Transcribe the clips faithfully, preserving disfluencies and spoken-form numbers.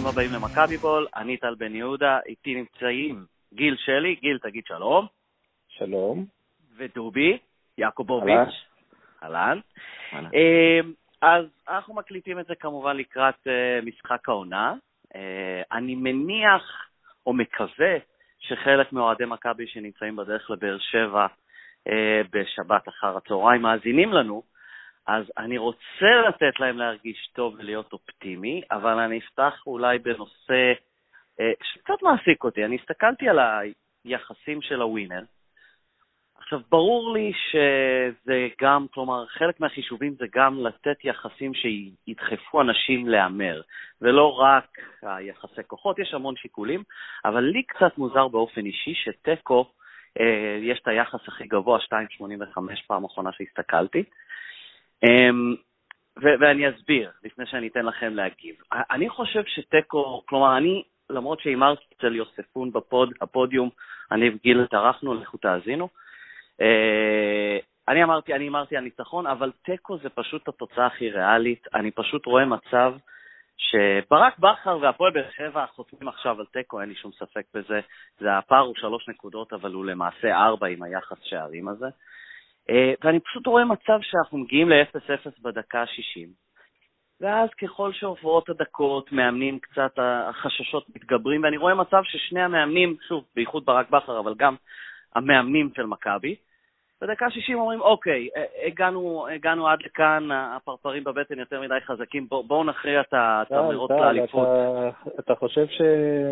ברוכים הבאים למכבי בול, אני טל בן יהודה, איתי נמצאים גיל שלי, גיל תגיד שלום. שלום. ודובי, יעקובוביץ'. אהלן. אהלן. אז אנחנו מקליטים את זה כמובן לקראת משחק העונה. אני מניח או מקווה שחלק מאוהדי מכבי שנמצאים בדרך לבאר שבע בשבת אחר הצהריים מאזינים לנו, אז אני רוצה לתת להם להרגיש טוב ולהיות אופטימי, אבל אני אפתח אולי בנושא שקצת מעסיק אותי. אני הסתכלתי על היחסים של הווינר. עכשיו, ברור לי שזה גם, כלומר, חלק מהחישובים זה גם לתת יחסים שידחפו אנשים לאמר, ולא רק היחסי כוחות, יש המון שיקולים, אבל לי קצת מוזר באופן אישי שטקו, יש את היחס הכי גבוה, שתיים שמונים וחמש פעם אחרונה שהסתכלתי, ו- ואני אסביר, לפני שאני אתן לכם להגיב. אני חושב שטקו, כלומר, אני, למרות שאימרתי אצל יוספון בפוד, הפודיום, אני וגיל התארחנו, לכו תאזינו, אני אמרתי, אני אמרתי הניצחון, אבל טקו זה פשוט התוצאה הכי ריאלית. אני פשוט רואה מצב שברק בכר והפועל באר שבע חותמים עכשיו על טקו, אין לי שום ספק בזה. זה הפער הוא שלוש נקודות, אבל הוא למעשה ארבע עם היחס שערים הזה. ואני פשוט רואה מצב שאנחנו מגיעים ל-אפס אפס בדקה ה-שישים. ואז ככל שעוברות הדקות, מאמנים קצת, החששות מתגברים, ואני רואה מצב ששני המאמנים, שוב, בייחוד ברק בכר, אבל גם המאמנים של מכבי, בדקה שישים אומרים, אוקיי, הגענו, הגענו עד לכאן, הפרפרים בבטן יותר מדי חזקים, בואו בוא נכריע את המרוץ לאליפות. אתה, אתה חושב ש,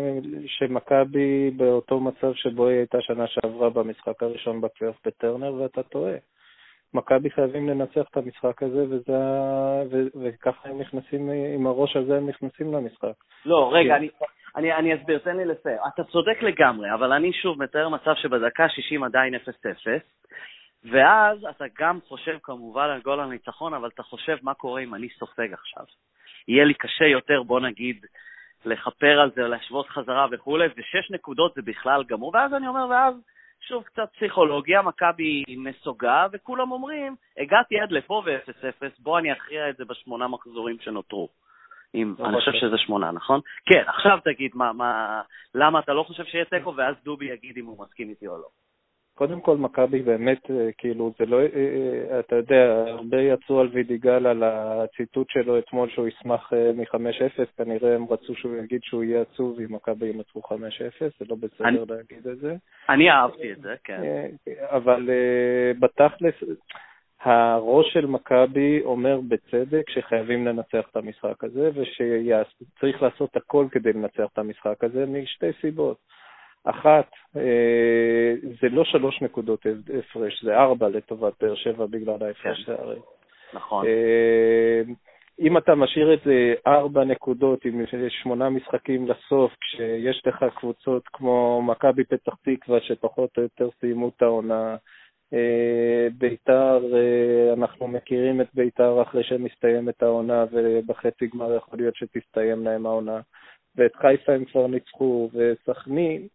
שמכבי באותו מצב שבו היא הייתה שנה שעברה במשחק הראשון בפלייאוף בטרנר, ואתה טועה. מכבי חייבים לנצח את המשחק הזה, וזה, ו, וככה הם נכנסים, עם הראש הזה הם נכנסים למשחק. לא, רגע, אני... אני, אני אסביר, תן לי לסיים. אתה צודק לגמרי, אבל אני שוב מתאר מצב שבדקה שישים עדיין אפס אפס, ואז אתה גם חושב כמובן על גול הניצחון, אבל אתה חושב מה קורה אם אני סופג עכשיו. יהיה לי קשה יותר, בוא נגיד, לחפר על זה, להשוות חזרה וכו', ושש נקודות זה בכלל גמור, ואז אני אומר, ואז שוב קצת פסיכולוגיה, מכבי נסוגה, וכולם אומרים, הגעתי עד לפה ו-אפס אפס, בוא אני אכריע את זה בשמונה מחזורים שנותרו. אני חושב שזה שמונה, נכון? כן, עכשיו תגיד מה, מה, למה אתה לא חושב שיהיה טקו, ואז דובי יגיד אם הוא מסכים איתי או לא. קודם כל, מכבי באמת, כאילו, זה לא, אתה יודע, הרבה יצאו על וידיגל על הציטוט שלו אתמול שהוא ישמח מ-חמש אפס, כנראה הם רצו שהוא יגיד שהוא יהיה עצוב אם מכבי ימצאו חמש אפס, זה לא בסדר להגיד את זה. אני אהבתי את זה, כן. אבל בתכלס, הראש של מכבי אומר בצדק שחייבים לנצח את המשחק הזה, ושצריך לעשות הכל כדי לנצח את המשחק הזה משתי סיבות. אחת, זה לא שלוש נקודות הפרש, זה ארבע לטובת באר שבע בגלל ההפרש שערים. נכון. אם אתה משאיר את זה ארבע נקודות עם שמונה משחקים לסוף, כשיש לך קבוצות כמו מכבי פתח תקווה שפחות או יותר סיימו את העונה, ביתר, אנחנו מכירים את ביתר אחרי שמסתיים את העונה, ובחצי גמר יכול להיות שתסתיים להם העונה, ואת חיפה הם כבר ניצחו, וסכנין,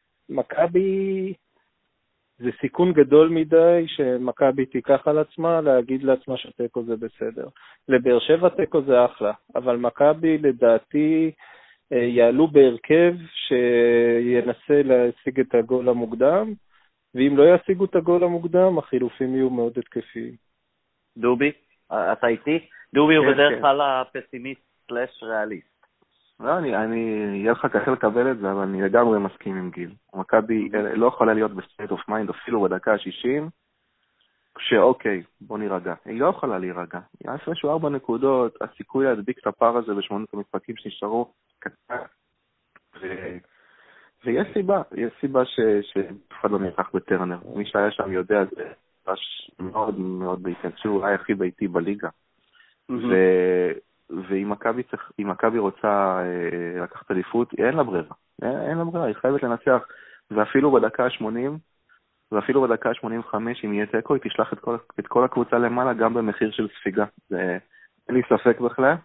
מכבי, זה סיכון גדול מדי שמכבי תיקח על עצמה להגיד לעצמה שטקו זה בסדר. לבאר שבע טקו זה אחלה, אבל מכבי לדעתי יעלו בהרכב שינסה להשיג את הגול המוקדם, ואם לא ישיגו את הגול המוקדם, החילופים יהיו מאוד התקפיים. דובי, אתה איתי? דובי הוא בדרך כלל הפסימיסט סלש ריאליסט. לא, אני, אני, יהיה לך קשה לקבל את זה, אבל אני לגמרי מסכים עם גיל. מכבי לא יכולה להיות בסטייט אוף מיינד, אפילו בדקה ה-שישים, שאוקיי, בוא נירגע. היא לא יכולה להירגע. יעשה שהוא ארבע נקודות, הסיכוי להדביק את הפער הזה בשמונת המשחקים שנשארו קטן. ו... ויש סיבה, יש סיבה שאף לא נלקח בטרנר. מי שהיה שם יודע, זה מאוד מאוד ביתי, שהוא אולי הכי ביתי בליגה. ו... ואם מכבי צריך, אם מכבי רוצה אה, לקחת אליפות, אין לה ברירה. אין, אין לה ברירה, היא חייבת לנצח. ואפילו בדקה ה-שמונים, ואפילו בדקה ה-שמונים וחמש, אם יהיה טקו, היא תשלח את כל, את כל הקבוצה למעלה, גם במחיר של ספיגה. זה, אין לי ספק בכלל.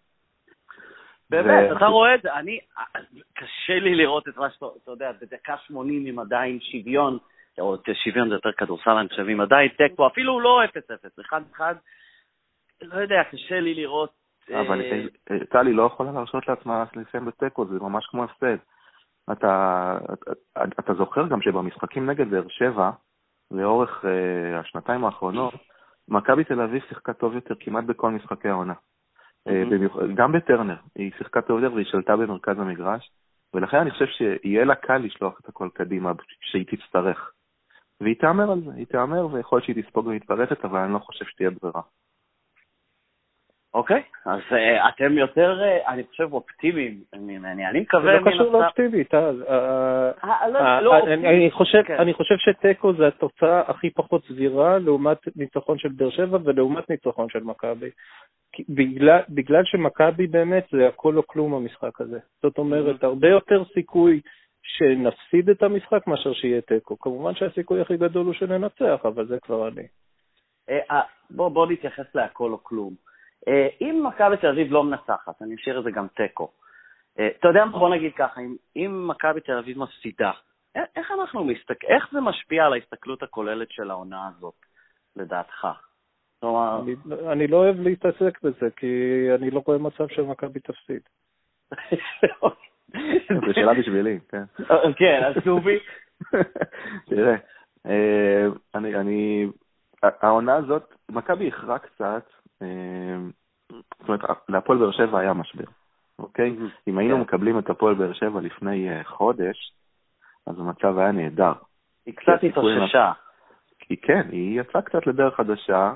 באמת, אתה רואה את זה, אני, קשה לי לראות את מה שאתה, אתה יודע, בדקה שמונים עם עדיין שוויון, או שוויון זה יותר כדורסל, אני חושב, עם עדיין טקו, אפילו לא אפס אפס, אחד אחד, לא יודע, קשה לי לראות אבל טלי לא יכולה להרשות לעצמה לסיים בתיקו, זה ממש כמו הפסד. אתה, אתה, אתה זוכר גם שבמשחקים נגד באר שבע, לאורך uh, השנתיים האחרונות, מכבי תל אביב שיחקה טוב יותר כמעט בכל משחקי העונה. Mm-hmm. Uh, גם בטרנר, היא שיחקה טוב יותר והיא שלטה במרכז המגרש, ולכן אני חושב שיהיה לה קל לשלוח את הכל קדימה שהיא תצטרך. והיא תאמר על זה, היא תאמר, ויכול להיות שהיא תספוג ומתפרצת, אבל אני לא חושב שתהיה ברירה. אוקיי, אז uh, אתם יותר, uh, אני חושב, אופטימיים. אני, אני, אני מקווה... זה לא קשור לאופטימי, טל. אני חושב שטקו זה התוצאה הכי פחות סבירה לעומת ניצחון של באר שבע ולעומת ניצחון של מכבי. בגלל, בגלל שמכבי באמת זה הכל או כלום המשחק הזה. זאת אומרת, הרבה יותר סיכוי שנפסיד את המשחק מאשר שיהיה טקו. כמובן שהסיכוי הכי גדול הוא שננצח, אבל זה כבר אני. בוא, בוא נתייחס להכל או כלום. אם מכבי תל אביב לא מנצחת, אני אשאיר את זה גם טקו. אתה יודע, בוא נגיד ככה, אם, אם מכבי תל אביב מפסידה, איך אנחנו מסתכל, איך זה משפיע על ההסתכלות הכוללת של העונה הזאת, לדעתך? כלומר... אני, אני לא אוהב להתעסק בזה, כי אני לא רואה מצב שמכבי תפסיד. זו שאלה בשבילי, כן. כן, אז טובי. תראה, אני, אני, העונה הזאת, מכבי הכרע קצת, זאת אומרת, להפועל באר שבע היה משבר, אוקיי? אם היינו מקבלים את הפועל באר שבע לפני חודש, אז המצב היה נהדר. היא קצת התאוששה. היא כן, היא יצאה קצת לדרך חדשה,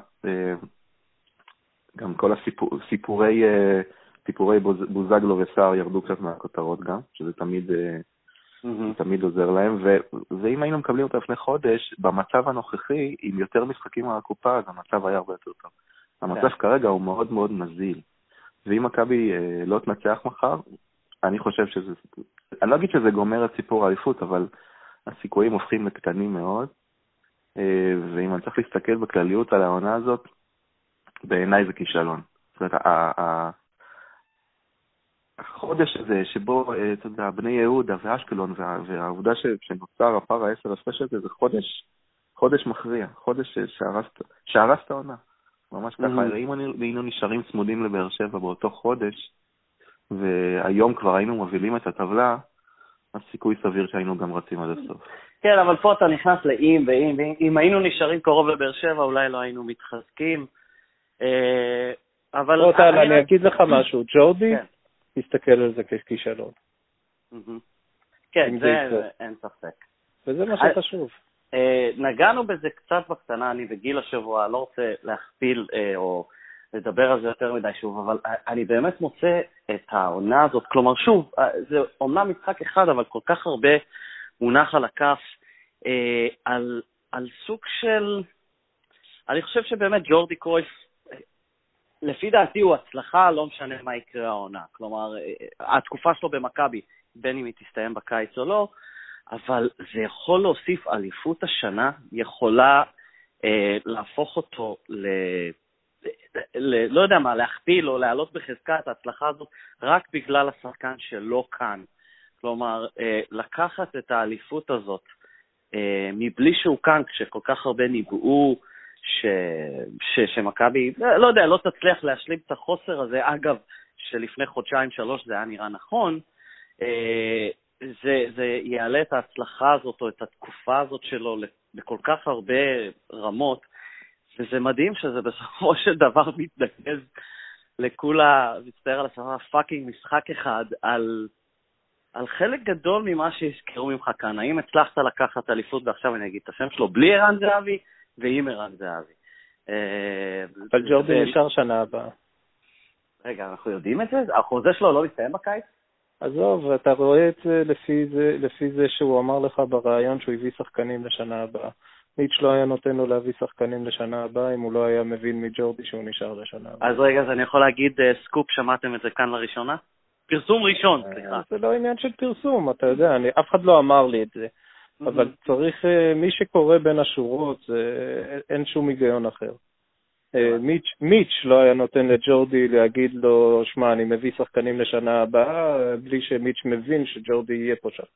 גם כל הסיפורי סיפורי בוזגלו וסער ירדו קצת מהכותרות גם, שזה תמיד תמיד עוזר להם, ואם היינו מקבלים אותה לפני חודש, במצב הנוכחי, עם יותר משחקים על הקופה, אז המצב היה הרבה יותר טוב. המצב כרגע הוא מאוד מאוד נזיל, ואם מכבי לא תנצח מחר, אני חושב שזה, אני לא אגיד שזה גומר את סיפור האליפות, אבל הסיכויים הופכים לקטנים מאוד, ואם אני צריך להסתכל בכלליות על העונה הזאת, בעיניי זה כישלון. זאת אומרת, החודש הזה שבו, אתה יודע, בני יהודה ואשקלון, והעובדה שנוצר הפער העשר הפרש הזה, זה חודש, חודש מכריע, חודש שהרס את העונה. ממש ככה, אם היינו נשארים צמודים לבאר שבע באותו חודש, והיום כבר היינו מובילים את הטבלה, אז סיכוי סביר שהיינו גם רצים עד הסוף. כן, אבל פה אתה נכנס לאם ואם, ואם היינו נשארים קרוב לבאר שבע, אולי לא היינו מתחזקים. אבל... אני אגיד לך משהו, ג'ורדי, תסתכל על זה ככישלון. כן, זה אין ספק. וזה מה שחשוב. נגענו בזה קצת בקטנה, אני בגיל השבוע, לא רוצה להכפיל או לדבר על זה יותר מדי שוב, אבל אני באמת מוצא את העונה הזאת, כלומר שוב, זה אומנם משחק אחד, אבל כל כך הרבה מונח על הכף, על, על סוג של, אני חושב שבאמת ג'ורדי קרויף, לפי דעתי הוא הצלחה, לא משנה מה יקרה העונה, כלומר, התקופה שלו במכבי, בין אם היא תסתיים בקיץ או לא, אבל זה יכול להוסיף אליפות השנה, יכולה אה, להפוך אותו ל... ל... לא יודע מה, להכפיל או להעלות בחזקה את ההצלחה הזאת, רק בגלל השחקן שלא כאן. כלומר, אה, לקחת את האליפות הזאת, אה, מבלי שהוא כאן, כשכל כך הרבה ניבאו, ש... ש... שמכבי, לא יודע, לא תצליח להשלים את החוסר הזה, אגב, שלפני חודשיים שלוש זה היה נראה נכון, אה, זה, זה יעלה את ההצלחה הזאת או את התקופה הזאת שלו בכל כך הרבה רמות, וזה מדהים שזה בסופו של דבר מתנגז לכולה, מצטער על השפה, פאקינג משחק אחד, על, על חלק גדול ממה שהזכרו ממך כאן. האם הצלחת לקחת אליפות, ועכשיו אני אגיד את השם שלו, בלי ערן זהבי ועם ערן זהבי. אבל ג'ורדי נשאר שנה הבאה. רגע, אנחנו יודעים את זה? החוזה שלו לא מסתיים בקיץ? עזוב, אתה רואה את זה לפי זה, לפי זה שהוא אמר לך ברעיון שהוא הביא שחקנים לשנה הבאה. מיץ' לא היה נותן לו להביא שחקנים לשנה הבאה, אם הוא לא היה מבין מג'ורדי שהוא נשאר לשנה הבאה. אז רגע, אז אני יכול להגיד, סקופ, שמעתם את זה כאן לראשונה? פרסום ראשון, סליחה. זה לא עניין של פרסום, אתה יודע, אני, אף אחד לא אמר לי את זה. אבל צריך, מי שקורא בין השורות, אין שום היגיון אחר. מיץ', מיץ' לא היה נותן לג'ורדי להגיד לו, שמע, אני מביא שחקנים לשנה הבאה, בלי שמיץ' מבין שג'ורדי יהיה פה שם.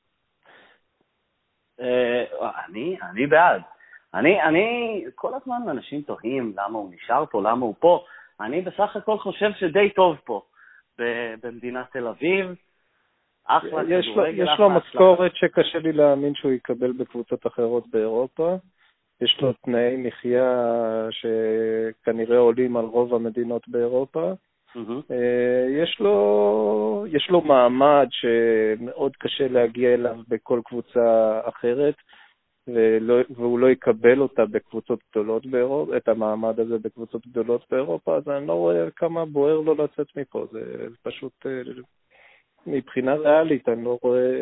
אני, אני בעד. אני, אני, כל הזמן אנשים תוהים למה הוא נשאר פה, למה הוא פה. אני בסך הכל חושב שדי טוב פה, במדינת תל אביב. אחלה יש לו, יש לו משכורת שקשה לי להאמין שהוא יקבל בקבוצות אחרות באירופה. יש לו תנאי מחיה שכנראה עולים על רוב המדינות באירופה. Mm-hmm. יש לו, יש לו מעמד שמאוד קשה להגיע אליו בכל קבוצה אחרת, ולא, והוא לא יקבל אותה בקבוצות גדולות באירופה, את המעמד הזה בקבוצות גדולות באירופה, אז אני לא רואה כמה בוער לו לצאת מפה. זה פשוט, מבחינה ריאלית, אני לא רואה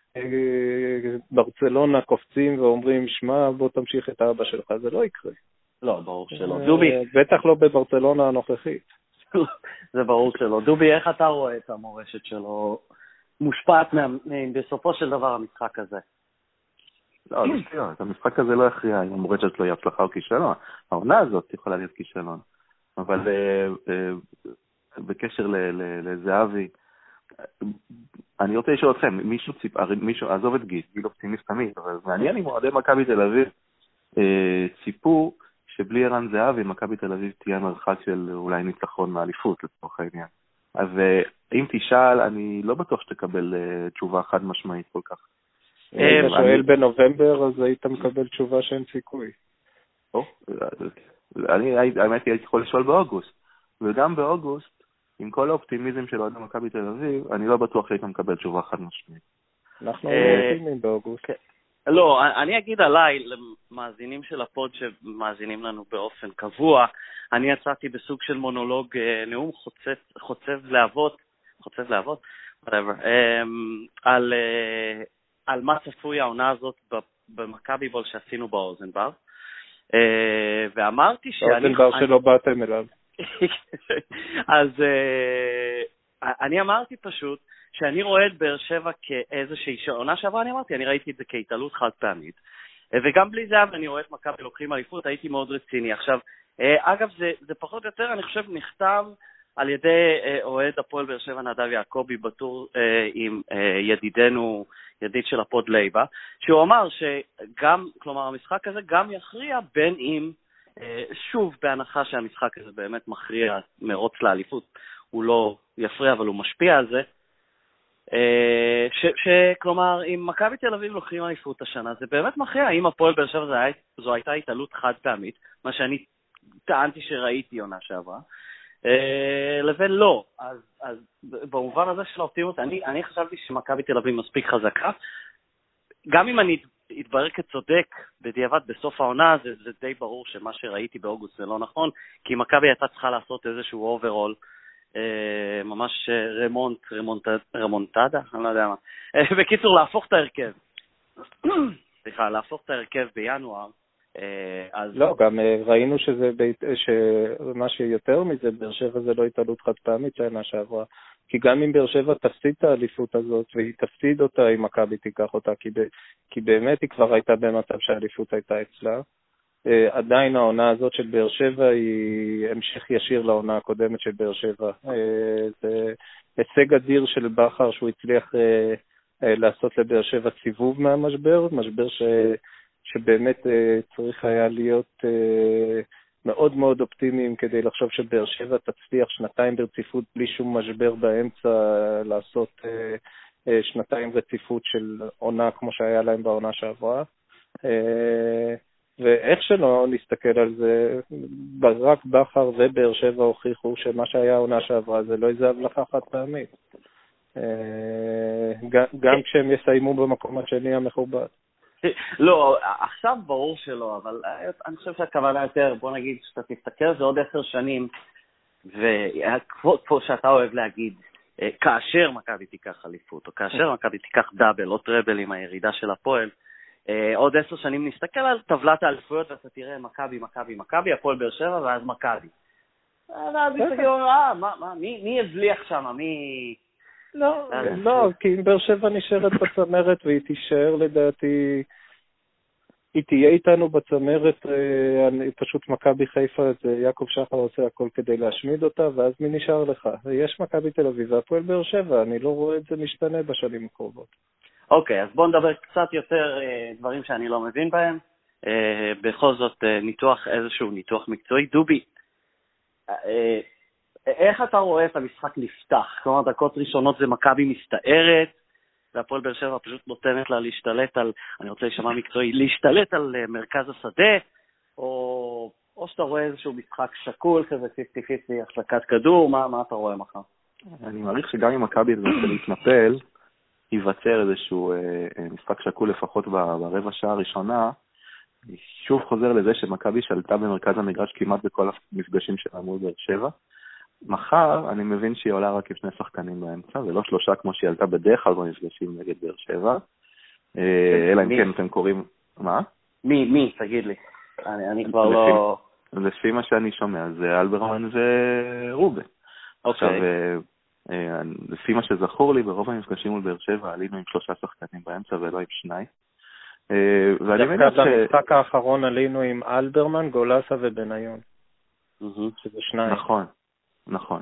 ברצלונה קופצים ואומרים, שמע, בוא תמשיך את האבא שלך, זה לא יקרה. לא, ברור שלא. דובי. בטח לא בברצלונה הנוכחית. זה ברור שלא. דובי, איך אתה רואה את המורשת שלו מושפעת בסופו של דבר המשחק הזה? לא, לא שטויות. המשחק הזה לא יכריע אם המורשת שלו היא הצלחה או כישלון. העונה הזאת יכולה להיות כישלון. אבל בקשר לזהבי, אני רוצה לשאול אתכם, מישהו ציפ... מישהו, עזוב את גיל, גיל אופטימיסט תמיד, אבל מעניין אם אוהדי מכבי תל אביב ציפו שבלי ערן זהבי, מכבי תל אביב תהיה מרחק של אולי ניצחון מאליפות לצורך העניין. אז אם תשאל, אני לא בטוח שתקבל תשובה חד משמעית כל כך. אם אתה שואל בנובמבר, אז היית מקבל תשובה שאין סיכוי. אני, האמת, הייתי יכול לשאול באוגוסט, וגם באוגוסט, עם כל האופטימיזם של אוהדי מכבי תל אביב, אני לא בטוח שהיית מקבל תשובה חד משמעית. אנחנו אופטימיים באוגוסט. לא, אני אגיד עליי, למאזינים של הפוד שמאזינים לנו באופן קבוע, אני יצאתי בסוג של מונולוג, נאום חוצב, חוצב להבות, חוצב להבות, whatever, על, על מה צפוי העונה הזאת במכבי בול שעשינו באוזנבר, ואמרתי שאני... האוזנבר שלא באתם אליו. אז אני אמרתי פשוט, שאני רואה את באר שבע כאיזושהי שעונה שעברה, אני אמרתי, אני ראיתי את זה כהתעלות חד פעמית, וגם בלי זה, אני רואה את מכבי לוקחים אליפות, הייתי מאוד רציני. עכשיו, אגב, זה, זה פחות או יותר, אני חושב, נכתב על ידי אוהד הפועל באר שבע נדב יעקבי, בטור עם ידידנו, ידיד של הפוד לייבה, שהוא אמר שגם, כלומר, המשחק הזה גם יכריע בין אם, שוב, בהנחה שהמשחק הזה באמת מכריע מרוץ לאליפות, הוא לא יפריע, אבל הוא משפיע על זה, שכלומר, אם מכבי תל אביב לוקחים אליפות השנה, זה באמת מכריע, אם הפועל באר שבע זו הייתה התעלות חד פעמית, מה שאני טענתי שראיתי עונה שעברה, לבין לא. אז, אז במובן הזה של האופטימיות, אני, אני חשבתי שמכבי תל אביב מספיק חזקה, גם אם אני אתברר כצודק בדיעבד בסוף העונה, זה, זה די ברור שמה שראיתי באוגוסט זה לא נכון, כי מכבי הייתה צריכה לעשות איזשהו אוברול, ממש רמונט, רמונט, רמונטדה, אני לא יודע מה. בקיצור, להפוך את ההרכב. סליחה, להפוך את ההרכב בינואר. אז... לא, גם ראינו שזה, שמה שיותר מזה, באר שבע זה לא התעלות חד פעמית שנה שעברה. כי גם אם באר שבע תפסיד את האליפות הזאת, והיא תפסיד אותה אם מכבי תיקח אותה, כי, ב... כי באמת היא כבר הייתה במצב שהאליפות הייתה אצלה. עדיין העונה הזאת של באר שבע היא המשך ישיר לעונה הקודמת של באר שבע. זה הישג אדיר של בכר שהוא הצליח לעשות לבאר שבע סיבוב מהמשבר, משבר ש... שבאמת צריך היה להיות מאוד מאוד אופטימיים כדי לחשוב שבאר שבע תצליח שנתיים ברציפות בלי שום משבר באמצע, לעשות שנתיים רציפות של עונה כמו שהיה להם בעונה שעברה. ואיך שלא נסתכל על זה, רק בכר ובאר שבע הוכיחו שמה שהיה העונה שעברה זה לא איזה הבלחה חד פעמית. גם כשהם יסיימו במקום השני המכובד. לא, עכשיו ברור שלא, אבל אני חושב שהכוונה יותר, בוא נגיד שאתה תסתכל, זה עוד עשר שנים, וכמו שאתה אוהב להגיד, כאשר מכבי תיקח אליפות, או כאשר מכבי תיקח דאבל או טראבל עם הירידה של הפועל, עוד עשר שנים נסתכל על טבלת האליפויות, ואתה תראה מכבי, מכבי, מכבי, הפועל באר שבע, ואז מכבי. ואז תגיד, אה, מי הבליח שם, מי... לא, לא, כי אם באר שבע נשארת בצמרת, והיא תישאר לדעתי, היא תהיה איתנו בצמרת, פשוט מכבי חיפה, יעקב שחר עושה הכל כדי להשמיד אותה, ואז מי נשאר לך? יש מכבי תל אביב והפועל באר שבע, אני לא רואה את זה משתנה בשנים הקרובות. אוקיי, אז בואו נדבר קצת יותר דברים שאני לא מבין בהם. בכל זאת, ניתוח, איזשהו ניתוח מקצועי. דובי, איך אתה רואה את המשחק נפתח? כלומר, דקות ראשונות זה מכבי מסתערת, והפועל באר שבע פשוט נותנת לה להשתלט על, אני רוצה לשמוע מקצועי, להשתלט על מרכז השדה, או, או שאתה רואה איזשהו משחק שקול כזה, חמישים חמישים, החזקת כדור, מה, מה אתה רואה מחר? אני מעריך שגם אם מכבי תנסה להתנפל, ייווצר איזשהו אה, משחק שקול לפחות ברבע שעה הראשונה. שוב חוזר לזה שמכבי שלטה במרכז המגרש כמעט בכל המפגשים שלה מול באר שבע. מחר אני מבין שהיא עולה רק עם שני שחקנים באמצע, ולא שלושה כמו שהיא עלתה בדרך כלל במפגשים נגד באר שבע. אלא אם כן אתם קוראים... מה? מי? מי? תגיד לי. אני, אני כבר לא... לפי מה שאני שומע, זה אלברמן ורובן. עכשיו, לפי מה שזכור לי, ברוב המפגשים מול באר שבע עלינו עם שלושה שחקנים באמצע ולא עם שניים. דווקא במשחק האחרון עלינו עם אלברמן, גולסה ובניון. שזה שניים. נכון, נכון.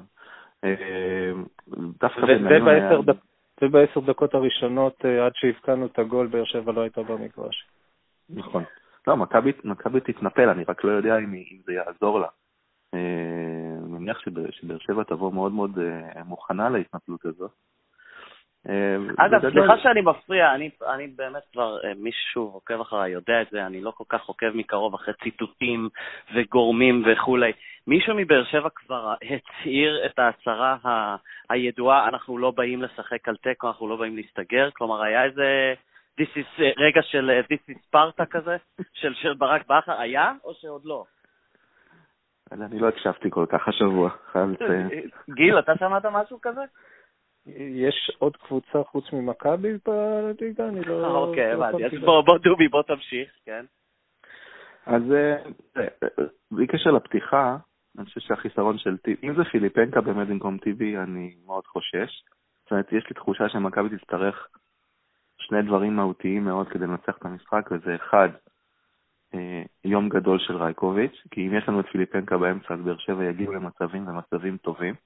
ובעשר דקות הראשונות, עד שהבקענו את הגול, באר שבע לא הייתה במגרש. נכון. לא, מכבי תתנפל, אני רק לא יודע אם זה יעזור לה. אני מניח שבאר שבע תבוא מאוד מאוד מוכנה להתנפלות הזאת. אגב, סליחה שאני מפריע, אני, אני באמת כבר, מישהו עוקב אחריי יודע את זה, אני לא כל כך עוקב מקרוב אחרי ציטוטים וגורמים וכולי. מישהו מבאר שבע כבר הצעיר את ההצהרה ה- הידועה, אנחנו לא באים לשחק על טקו, אנחנו לא באים להסתגר, כלומר היה איזה this is, רגע של this is ספרטה כזה, של שיר ברק בכר, היה או שעוד לא? אני לא הקשבתי כל כך השבוע, חייב לציין. גיל, אתה שמעת משהו כזה? יש עוד קבוצה חוץ ממכבי בליגה? אני לא... אוקיי, הבנתי. אז בוא דובי, בוא תמשיך, כן? אז בלי קשר לפתיחה, אני חושב שהחיסרון של טיבי, אם זה פיליפנקה באמת במקום טיבי, אני מאוד חושש. זאת אומרת, יש לי תחושה שמכבי תצטרך שני דברים מהותיים מאוד כדי לנצח את המשחק, וזה אחד, יום גדול של רייקוביץ', כי אם יש לנו את פיליפנקה באמצע, אז באר שבע יגיעו למצבים ומצבים טובים.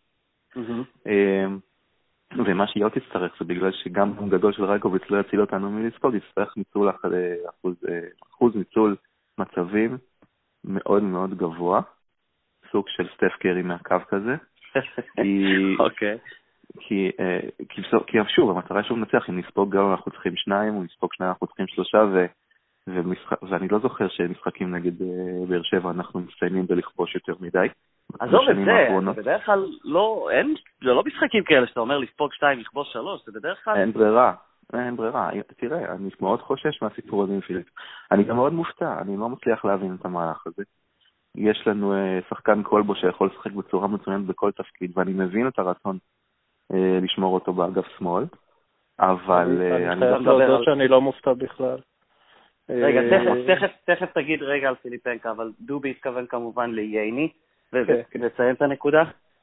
ומה שהיא עוד תצטרך זה בגלל שגם יום גדול של רייקוביץ' לא יציל אותנו מלספוג, יצטרך ניצול אחוז, אחוז ניצול מצבים מאוד מאוד גבוה, סוג של סטף קרי מהקו כזה. אוקיי. כי, כי, כי שוב, המטרה שוב נצח, אם נספוג גם אנחנו צריכים שניים, או נספוג שניים אנחנו צריכים שלושה, ו, ומשחק, ואני לא זוכר שמשחקים נגד באר שבע אנחנו מסיימים בלכבוש יותר מדי. עזוב את זה, זה בדרך כלל לא, אין, זה לא משחקים כאלה שאתה אומר לספוג שתיים, לכבוש שלוש, זה בדרך כלל... אין ברירה, אין ברירה. תראה, אני מאוד חושש מהסיפור הזה עם פיליפ. אני גם מאוד מופתע, אני לא מצליח להבין את המהלך הזה. יש לנו שחקן קולבו שיכול לשחק בצורה מצוינת בכל תפקיד, ואני מבין את הרצון לשמור אותו באגף שמאל, אבל... אני חייב להודות שאני לא מופתע בכלל. רגע, תכף, תכף תגיד רגע על פיליפנקה, אבל דובי התכוון כמובן לייני, ולציין את הנקודה?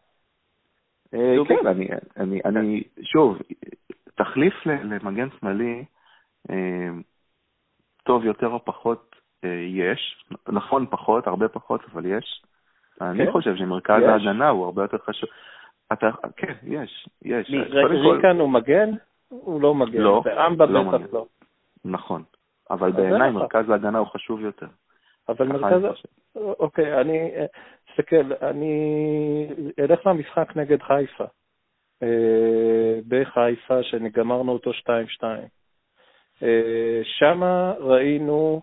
כן, אני, שוב, תחליף למגן שמאלי, טוב יותר או פחות יש, נכון פחות, הרבה פחות, אבל יש. אני חושב שמרכז ההגנה הוא הרבה יותר חשוב. כן, יש, יש. ריקן הוא מגן? הוא לא מגן. לא, לא מגן. נכון. אבל בעיניי מרכז ההגנה הוא חשוב יותר. אבל מרכז... אוקיי, אני... תסתכל, אני אלך למשחק נגד חיפה. בחיפה, שנגמרנו אותו שתיים שתיים. שם ראינו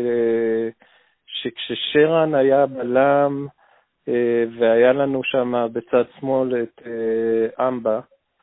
שכששרן היה בלם, והיה לנו שם בצד שמאל את אמבה,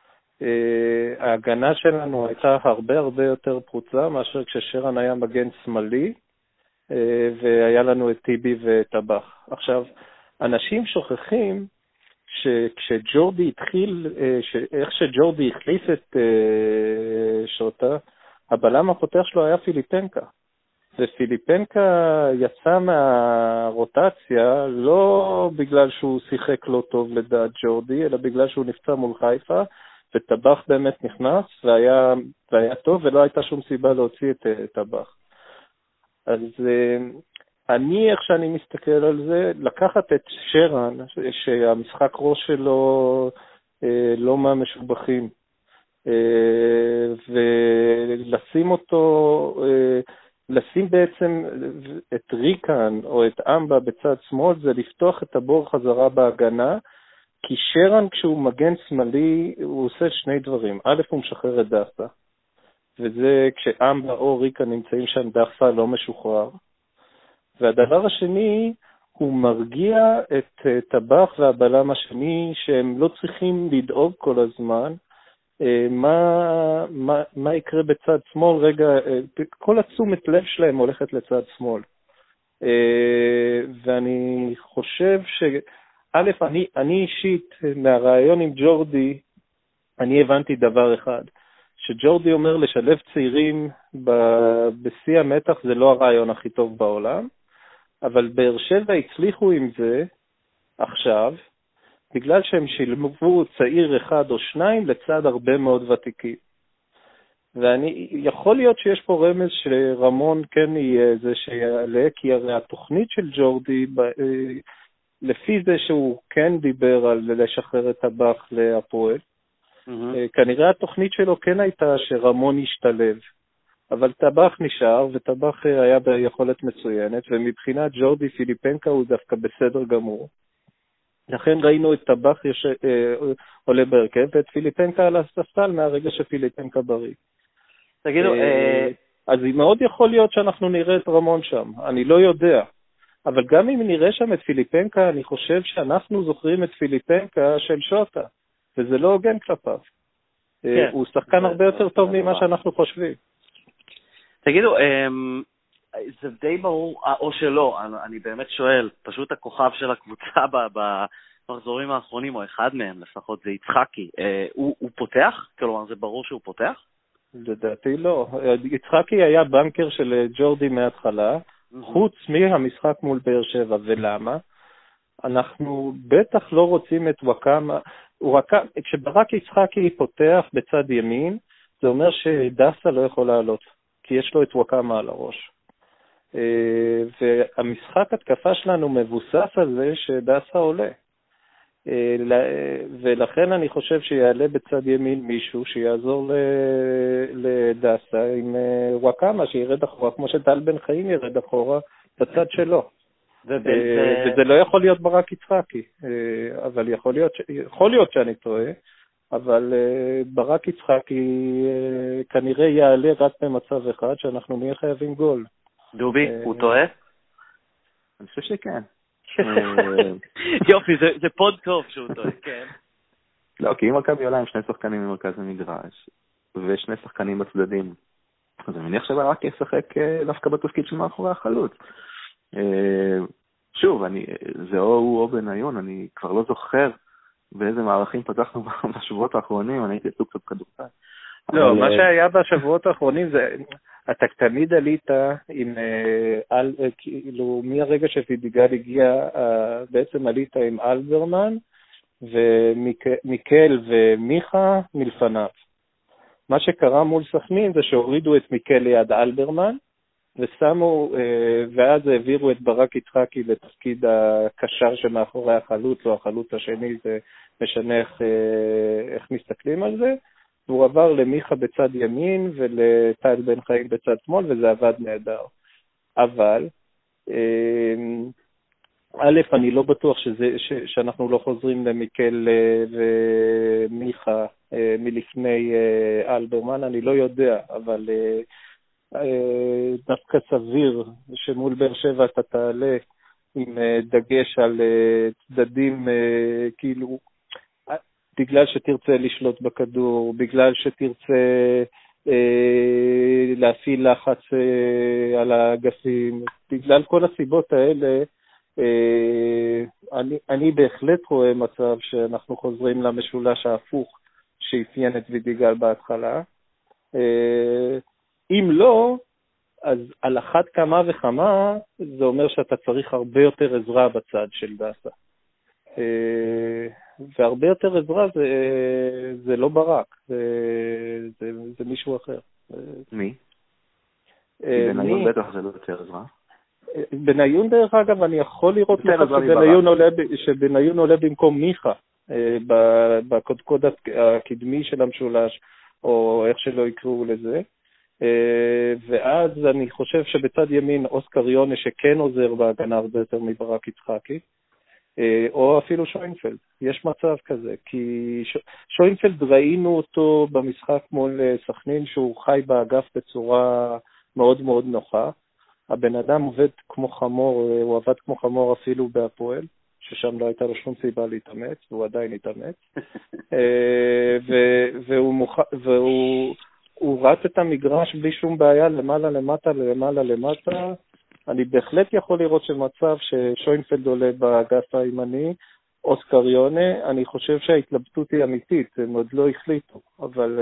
ההגנה שלנו הייתה הרבה הרבה יותר פרוצה מאשר כששרן היה מגן שמאלי, והיה לנו את טיבי וטבח. עכשיו, אנשים שוכחים שכשג'ורדי התחיל, איך שג'ורדי החליף את שוטה, הבלם הפותח שלו היה פיליפנקה. ופיליפנקה יצא מהרוטציה לא בגלל שהוא שיחק לא טוב לדעת ג'ורדי, אלא בגלל שהוא נפצע מול חיפה, וטבח באמת נכנס והיה, והיה טוב, ולא הייתה שום סיבה להוציא את טבח. אז אני, איך שאני מסתכל על זה, לקחת את שרן, שהמשחק ראש שלו לא מהמשובחים, ולשים אותו, לשים בעצם את ריקן או את אמבה בצד שמאל, זה לפתוח את הבור חזרה בהגנה, כי שרן כשהוא מגן שמאלי, הוא עושה שני דברים. א', הוא משחרר את דאסה, וזה כשאמבה או ריקן נמצאים שם, דאסה לא משוחרר. והדבר השני, הוא מרגיע את טבח והבלם השני, שהם לא צריכים לדאוג כל הזמן, מה, מה, מה יקרה בצד שמאל. רגע, כל התשומת לב שלהם הולכת לצד שמאל. ואני חושב ש... א', אני, אני אישית, מהרעיון עם ג'ורדי, אני הבנתי דבר אחד, שג'ורדי אומר לשלב צעירים בשיא המתח זה לא הרעיון הכי טוב בעולם, אבל באר שבע הצליחו עם זה עכשיו, בגלל שהם שילבו צעיר אחד או שניים לצד הרבה מאוד ותיקים. ואני, יכול להיות שיש פה רמז שרמון כן יהיה זה שיעלה, כי הרי התוכנית של ג'ורדי, לפי זה שהוא כן דיבר על לשחרר את טבח להפועל, mm-hmm. כנראה התוכנית שלו כן הייתה שרמון ישתלב. אבל טבח נשאר, וטבח היה ביכולת מצוינת, ומבחינת ג'ורדי פיליפנקה הוא דווקא בסדר גמור. לכן ראינו את טבח יש... עולה בהרכב, ואת פיליפנקה על הספסל מהרגע שפיליפנקה בריא. תגידו, אז מאוד יכול להיות שאנחנו נראה את רמון שם, אני לא יודע. אבל גם אם נראה שם את פיליפנקה, אני חושב שאנחנו זוכרים את פיליפנקה של שוטה, וזה לא הוגן כלפיו. כן. הוא שחקן הרבה יותר טוב ממה שאנחנו חושבים. תגידו, זה די ברור, או שלא, אני באמת שואל, פשוט הכוכב של הקבוצה במחזורים האחרונים, או אחד מהם לפחות, זה יצחקי. הוא, הוא פותח? כלומר, זה ברור שהוא פותח? לדעתי לא. יצחקי היה בנקר של ג'ורדי מההתחלה, חוץ מהמשחק מול באר שבע. ולמה? אנחנו בטח לא רוצים את וואקמה. כשברק יצחקי פותח בצד ימין, זה אומר שדאסה לא יכול לעלות, כי יש לו את וואקמה על הראש. והמשחק התקפה שלנו מבוסס על זה שדאסה עולה. ולכן אני חושב שיעלה בצד ימין מישהו שיעזור לדאסה עם וואקמה, שירד אחורה, כמו שטל בן חיים ירד אחורה בצד שלו. וזה לא יכול להיות ברק יצחקי, אבל יכול להיות, יכול להיות שאני טועה, אבל ברק יצחקי כנראה יעלה רק במצב אחד, שאנחנו נהיה חייבים גול. דובי, הוא טועה? אני חושב שכן. יופי, זה פוד טוב שהוא טועה, כן. לא, כי אם מכבי עולה עם שני שחקנים ממרכז המגרש, ושני שחקנים בצדדים, אז אני מניח שברק ישחק דווקא בתפקיד של מאחורי החלוץ. שוב, אני, זה או הוא או בניון, אני כבר לא זוכר באיזה מערכים פתחנו בשבועות האחרונים, אני הייתי עסוק קצת כדורסל. לא, מה שהיה בשבועות האחרונים זה, אתה תמיד עלית עם, על, כאילו, מהרגע שפידיגל הגיע, בעצם עלית עם אלברמן, ומיקל ומיכה מלפניו. מה שקרה מול סכנין זה שהורידו את מיקל ליד אלברמן, ושמו, ואז העבירו את ברק יצחקי לתפקיד הקשר שמאחורי החלוץ, או החלוץ השני, זה משנה איך, איך מסתכלים על זה, והוא עבר למיכה בצד ימין ולטל בן חיים בצד שמאל, וזה עבד נהדר. אבל, א', אני לא בטוח שזה, ש, שאנחנו לא חוזרים למיקל ומיכה מלפני אלברמן, אני לא יודע, אבל דווקא סביר שמול באר שבע אתה תעלה עם דגש על צדדים, כאילו, בגלל שתרצה לשלוט בכדור, בגלל שתרצה אה, להפעיל לחץ אה, על האגפים, בגלל כל הסיבות האלה, אה, אני, אני בהחלט רואה מצב שאנחנו חוזרים למשולש ההפוך שאפיין את וידיגל בהתחלה. אה, אם לא, אז על אחת כמה וכמה, זה אומר שאתה צריך הרבה יותר עזרה בצד של דאסה. אה, והרבה יותר עזרה זה, זה לא ברק, זה, זה, זה מישהו אחר. מי? בניון בטח זה לא יותר עזרה. בניון דרך אגב, אני יכול לראות לך שבניון עולה, שבניון עולה במקום מיכה, בקודקוד הקדמי של המשולש, או איך שלא יקראו לזה. ואז אני חושב שבצד ימין אוסקר יונה שכן עוזר בהגנה הרבה יותר מברק יצחקי, או אפילו שוינפלד. יש מצב כזה, כי שוינפלד ראינו אותו במשחק מול סכנין שהוא חי באגף בצורה מאוד מאוד נוחה. הבן אדם עובד כמו חמור, הוא עבד כמו חמור אפילו בהפועל, ששם לא הייתה לו שום סיבה להתאמץ, והוא עדיין התאמץ. והוא מוכ... והוא הוא רץ את המגרש בלי שום בעיה, למעלה למטה, למעלה למטה. אני בהחלט יכול לראות שמצב ששוינפלד עולה באגף הימני, אוסקר יונה, אני חושב שההתלבטות היא אמיתית, הם עוד לא החליטו, אבל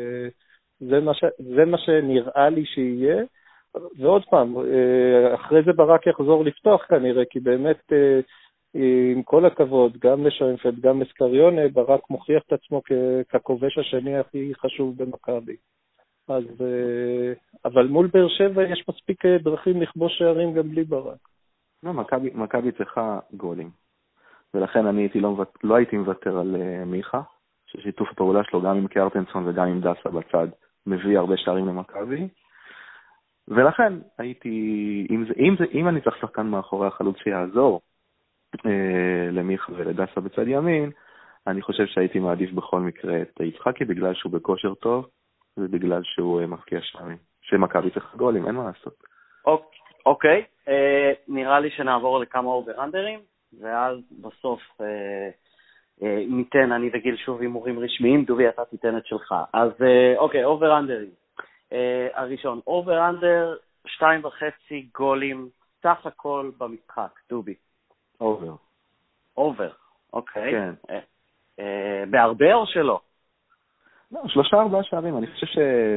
זה מה, ש... זה מה שנראה לי שיהיה. ועוד פעם, אחרי זה ברק יחזור לפתוח כנראה, כי באמת, עם כל הכבוד, גם לשוינפלד, גם לסקריונה, ברק מוכיח את עצמו ככובש השני הכי חשוב במכבי. אז, אבל מול באר שבע יש מספיק דרכים לכבוש שערים גם בלי ברק. לא, מכבי, מכבי צריכה גולים. ולכן אני הייתי לא, לא הייתי מוותר על מיכה, ששיתוף הפעולה שלו גם עם קרטנסון וגם עם דסה בצד, מביא הרבה שערים למכבי. ולכן הייתי, אם, זה, אם, זה, אם אני צריך שחקן מאחורי החלוץ שיעזור אה, למיכה ולדסה בצד ימין, אני חושב שהייתי מעדיף בכל מקרה את יצחקי, בגלל שהוא בכושר טוב, ובגלל שהוא מפקיע שערים. שמכבי צריך גולים, אין מה לעשות. אוקיי, אה, נראה לי שנעבור לכמה אובר-אנדרים, ואז בסוף אה, אה, ניתן, אני וגיל שוב הימורים רשמיים, דובי אתה תיתן את שלך. אז אה, אוקיי, אובר-אנדרים. Uh, הראשון, אובר-אנדר, שתיים וחצי גולים, סך הכל במשחק, דובי. אובר. אובר, אוקיי. כן. Uh, uh, בהרבה או שלא? לא, שלושה ארבעה שערים. אני חושב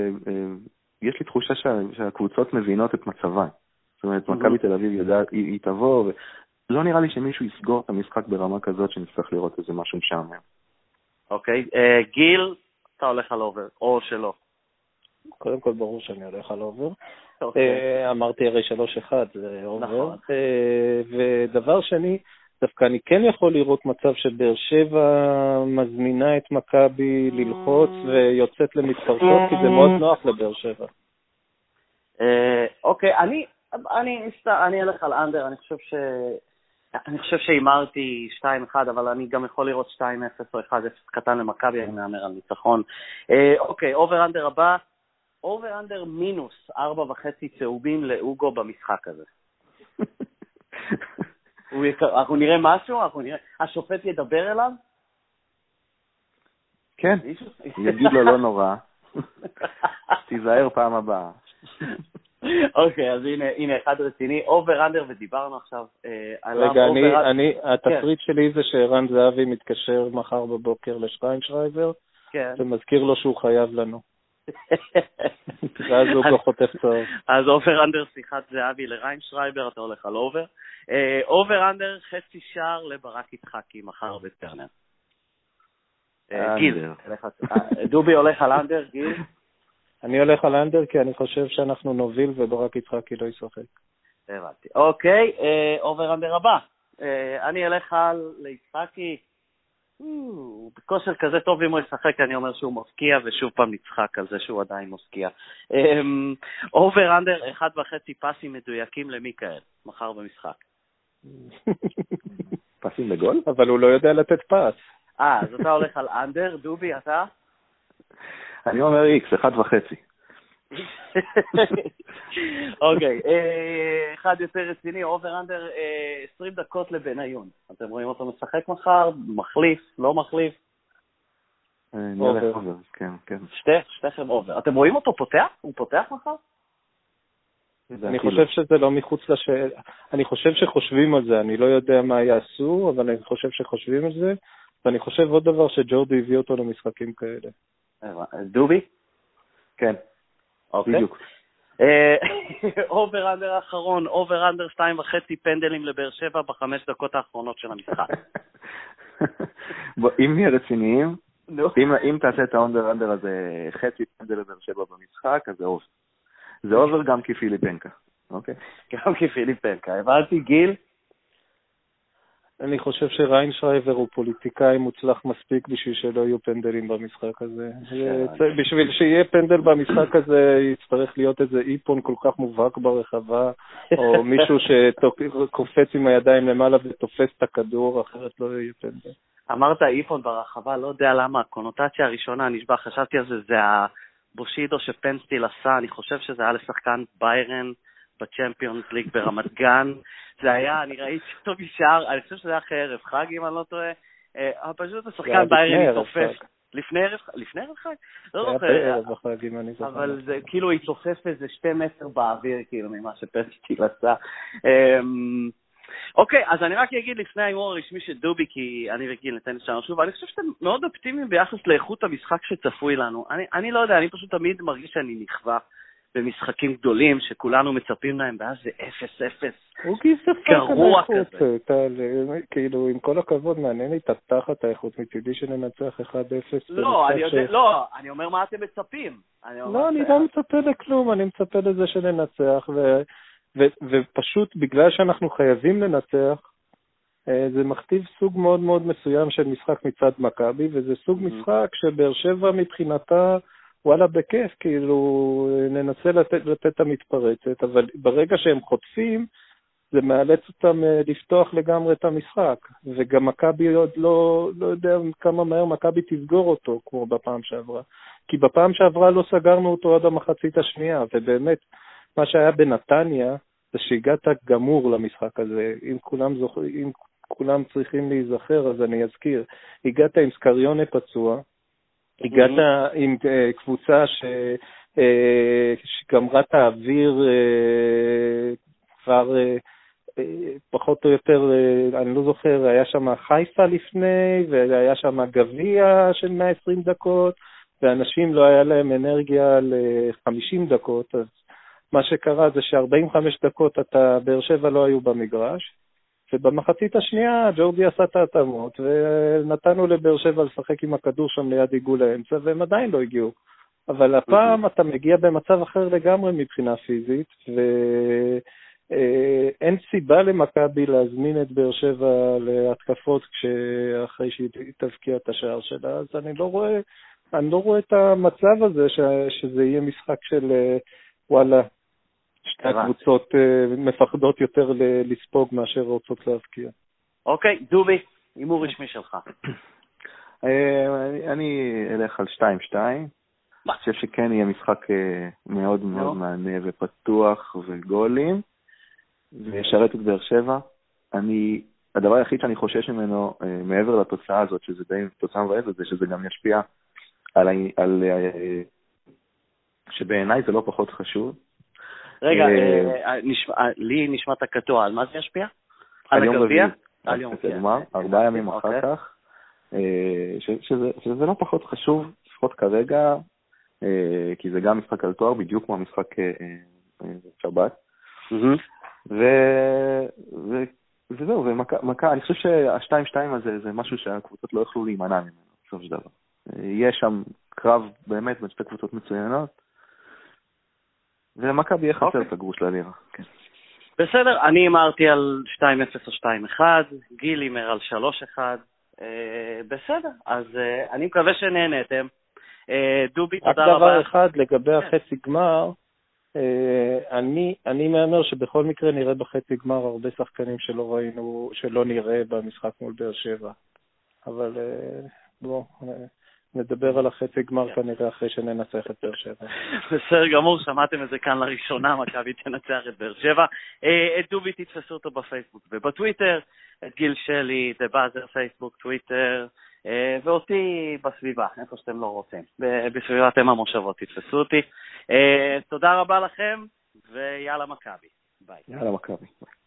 שיש לי תחושה שה, שהקבוצות מבינות את מצבן. זאת אומרת, mm-hmm. מכבי תל אביב יודעת, היא, היא תבוא, ולא נראה לי שמישהו יסגור את המשחק ברמה כזאת שנצטרך לראות איזה משהו משעמם. אוקיי, uh, גיל, אתה הולך על אובר, או שלא? קודם כל ברור שאני הולך על אובר. Okay. אמרתי הרי שלוש אחד, זה אובר. נכון. ודבר שני, דווקא אני כן יכול לראות מצב שבאר שבע מזמינה את מכבי ללחוץ ויוצאת למתפרצות, כי זה מאוד נוח לבאר שבע. אוקיי, אני, אני, אני אלך על אנדר, אני חושב ש... אני חושב שאימרתי שתיים אחד, אבל אני גם יכול לראות שתיים אפס או אחד אפס קטן למכבי, אני מאמר על ניצחון. אוקיי, אובר אנדר הבא, אובר אנדר מינוס ארבע וחצי צהובים לאוגו במשחק הזה. אנחנו נראה משהו? אנחנו נראה... השופט ידבר אליו? כן, יגיד לו לא נורא. תיזהר פעם הבאה. אוקיי, אז הנה, הנה אחד רציני, אובר אנדר, ודיברנו עכשיו עליו. רגע, אני, אני, התפריט שלי זה שערן זהבי מתקשר מחר בבוקר לשטיינשרייבר, ומזכיר לו שהוא חייב לנו. ואז הוא לא חוטף צהוב. אז אובר אנדר שיחת זהבי לריינשרייבר, אתה הולך על אובר. אובר אנדר חצי שער לברק יצחקי מחר בטרנר. גיל, דובי הולך על אנדר, גיל? אני הולך על אנדר כי אני חושב שאנחנו נוביל וברק יצחקי לא ישחק. הבנתי. אוקיי, אובר אנדר הבא. אני אלך על ליצחקי. בכושר כזה טוב אם הוא ישחק, אני אומר שהוא מפקיע, ושוב פעם נצחק על זה שהוא עדיין מפקיע. אובר אנדר, אחד וחצי פסים מדויקים למיקאל, מחר במשחק. פסים לגול? אבל הוא לא יודע לתת פס. אה, אז אתה הולך על אנדר, דובי, אתה? אני אומר איקס, אחד וחצי. אוקיי, אחד יותר רציני, אובר אנדר עשרים דקות לבניון. אתם רואים אותו משחק מחר, מחליף, לא מחליף? אני הולך אובר, כן, כן. שתיכם אובר. אתם רואים אותו פותח? הוא פותח מחר? אני חושב שזה לא מחוץ לשאלה. אני חושב שחושבים על זה, אני לא יודע מה יעשו, אבל אני חושב שחושבים על זה, ואני חושב עוד דבר שג'ורדי הביא אותו למשחקים כאלה. דובי? כן. בדיוק. אובר אנדר האחרון, אובר אנדר שתיים וחצי פנדלים לבאר שבע בחמש דקות האחרונות של המשחק. אם נהיה רציניים, אם תעשה את האובר אנדר הזה חצי פנדל לבאר שבע במשחק, אז זה אובר. זה אובר גם כפיליפנקה. אוקיי? גם כפיליפנקה. הבנתי, גיל? אני חושב שריינשרייבר הוא פוליטיקאי מוצלח מספיק בשביל שלא יהיו פנדלים במשחק הזה. בשביל שיהיה פנדל במשחק הזה יצטרך להיות איזה איפון כל כך מובהק ברחבה, או מישהו שקופץ עם הידיים למעלה ותופס את הכדור, אחרת לא יהיה פנדל. אמרת איפון ברחבה, לא יודע למה, הקונוטציה הראשונה, נשבע, חשבתי על זה, זה הבושידו שפנסטיל עשה, אני חושב שזה היה לשחקן ביירן, בצ'מפיונס ליג ברמת גן, זה היה, אני ראיתי אותו בשער, אני חושב שזה היה אחרי ערב חג, אם אני לא טועה, פשוט השחקן ביירן התעופף, לפני ערב חג? לפני ערב חג? לא זוכר, אבל זה כאילו התעופף איזה שתי מטר באוויר, כאילו, ממה שפנסטיל עשה. אוקיי, אז אני רק אגיד לפני האימור הרשמי של דובי, כי אני רגיל לטניס שלנו שוב, אני חושב שאתם מאוד אופטימיים ביחס לאיכות המשחק שצפוי לנו. אני, אני לא יודע, אני פשוט תמיד מרגיש שאני נכווה במשחקים גדולים שכולנו מצפים להם, ואז זה אפס אפס. הוא גרוע כזה. כאילו, עם כל הכבוד, מעניין לי תחת האיכות מצידי שננצח אחד אפס. לא, אני יודע, לא, אני אומר מה אתם מצפים. לא, אני לא מצפה לכלום, אני מצפה לזה שננצח, ו... ו- ופשוט בגלל שאנחנו חייבים לנצח, זה מכתיב סוג מאוד מאוד מסוים של משחק מצד מכבי, וזה סוג משחק שבאר שבע מבחינתה, וואלה בכיף, כאילו ננסה לתת, לתת את המתפרצת, אבל ברגע שהם חוטפים, זה מאלץ אותם לפתוח לגמרי את המשחק, וגם מכבי עוד לא, לא יודע כמה מהר מכבי תסגור אותו, כמו בפעם שעברה, כי בפעם שעברה לא סגרנו אותו עד המחצית השנייה, ובאמת, מה שהיה בנתניה, זה שהגעת גמור למשחק הזה. אם כולם, זוכר, אם כולם צריכים להיזכר, אז אני אזכיר. הגעת עם סקריונה פצוע, הגעת mm-hmm. עם uh, קבוצה ש, uh, שגמרה את האוויר uh, כבר uh, uh, פחות או יותר, uh, אני לא זוכר, היה שם חיפה לפני, והיה שם גביע של מאה ועשרים דקות, ואנשים לא היה להם אנרגיה ל-חמישים דקות, אז מה שקרה זה ש-ארבעים וחמש דקות אתה, באר שבע לא היו במגרש, ובמחצית השנייה ג'ורדי עשה את ההתאמות, ונתנו לבאר שבע לשחק עם הכדור שם ליד עיגול האמצע, והם עדיין לא הגיעו. אבל הפעם אתה מגיע במצב אחר לגמרי מבחינה פיזית, ואין סיבה למכבי להזמין את באר שבע להתקפות אחרי שהיא תבקיע את השער שלה, אז אני לא רואה, אני לא רואה את המצב הזה ש, שזה יהיה משחק של וואלה, שתי הקבוצות מפחדות יותר לספוג מאשר רוצות להבקיע. אוקיי, דובי, אימור רשמי שלך. אני אלך על שתיים שתיים. אני חושב שכן יהיה משחק מאוד מאוד מענה ופתוח וגולים, וישרת את באר שבע. אני, הדבר היחיד שאני חושש ממנו, מעבר לתוצאה הזאת, שזה די תוצאה מבאסת, זה שזה גם ישפיע על, על שבעיניי זה לא פחות חשוב. רגע, לי נשמעת הקטוע, על מה זה ישפיע? על הגביע? על יום רביעי. ארבעה ימים אחר כך, שזה לא פחות חשוב, לפחות כרגע, כי זה גם משחק על תואר, בדיוק כמו המשחק שבת. וזהו, אני חושב שהשתיים שתיים הזה זה משהו שהקבוצות לא יוכלו להימנע ממנו, בסוף של דבר. יש שם קרב באמת בין שתי קבוצות מצוינות, ומכבי יהיה חסר את הגרוש ללירה. בסדר, אני אמרתי על שתיים אפס או שתיים אחד, גיל אמר על שלוש אחד, בסדר, אז אני מקווה שנהנתם. דובי, תודה רבה. רק דבר אחד לגבי החצי גמר, אני אני מאמר שבכל מקרה נראה בחצי גמר הרבה שחקנים שלא ראינו, שלא נראה במשחק מול באר שבע. אבל בוא, נדבר על החצי גמר כנראה אחרי שננצח את באר שבע. בסדר גמור, שמעתם את זה כאן לראשונה, מכבי תנצח את באר שבע. את דובי תתפסו אותו בפייסבוק ובטוויטר, את גיל שלי, דבאזר, פייסבוק, טוויטר, ואותי בסביבה, איפה שאתם לא רוצים. בסביבת אם המושבות תתפסו אותי. תודה רבה לכם, ויאללה מכבי. ביי. יאללה מכבי.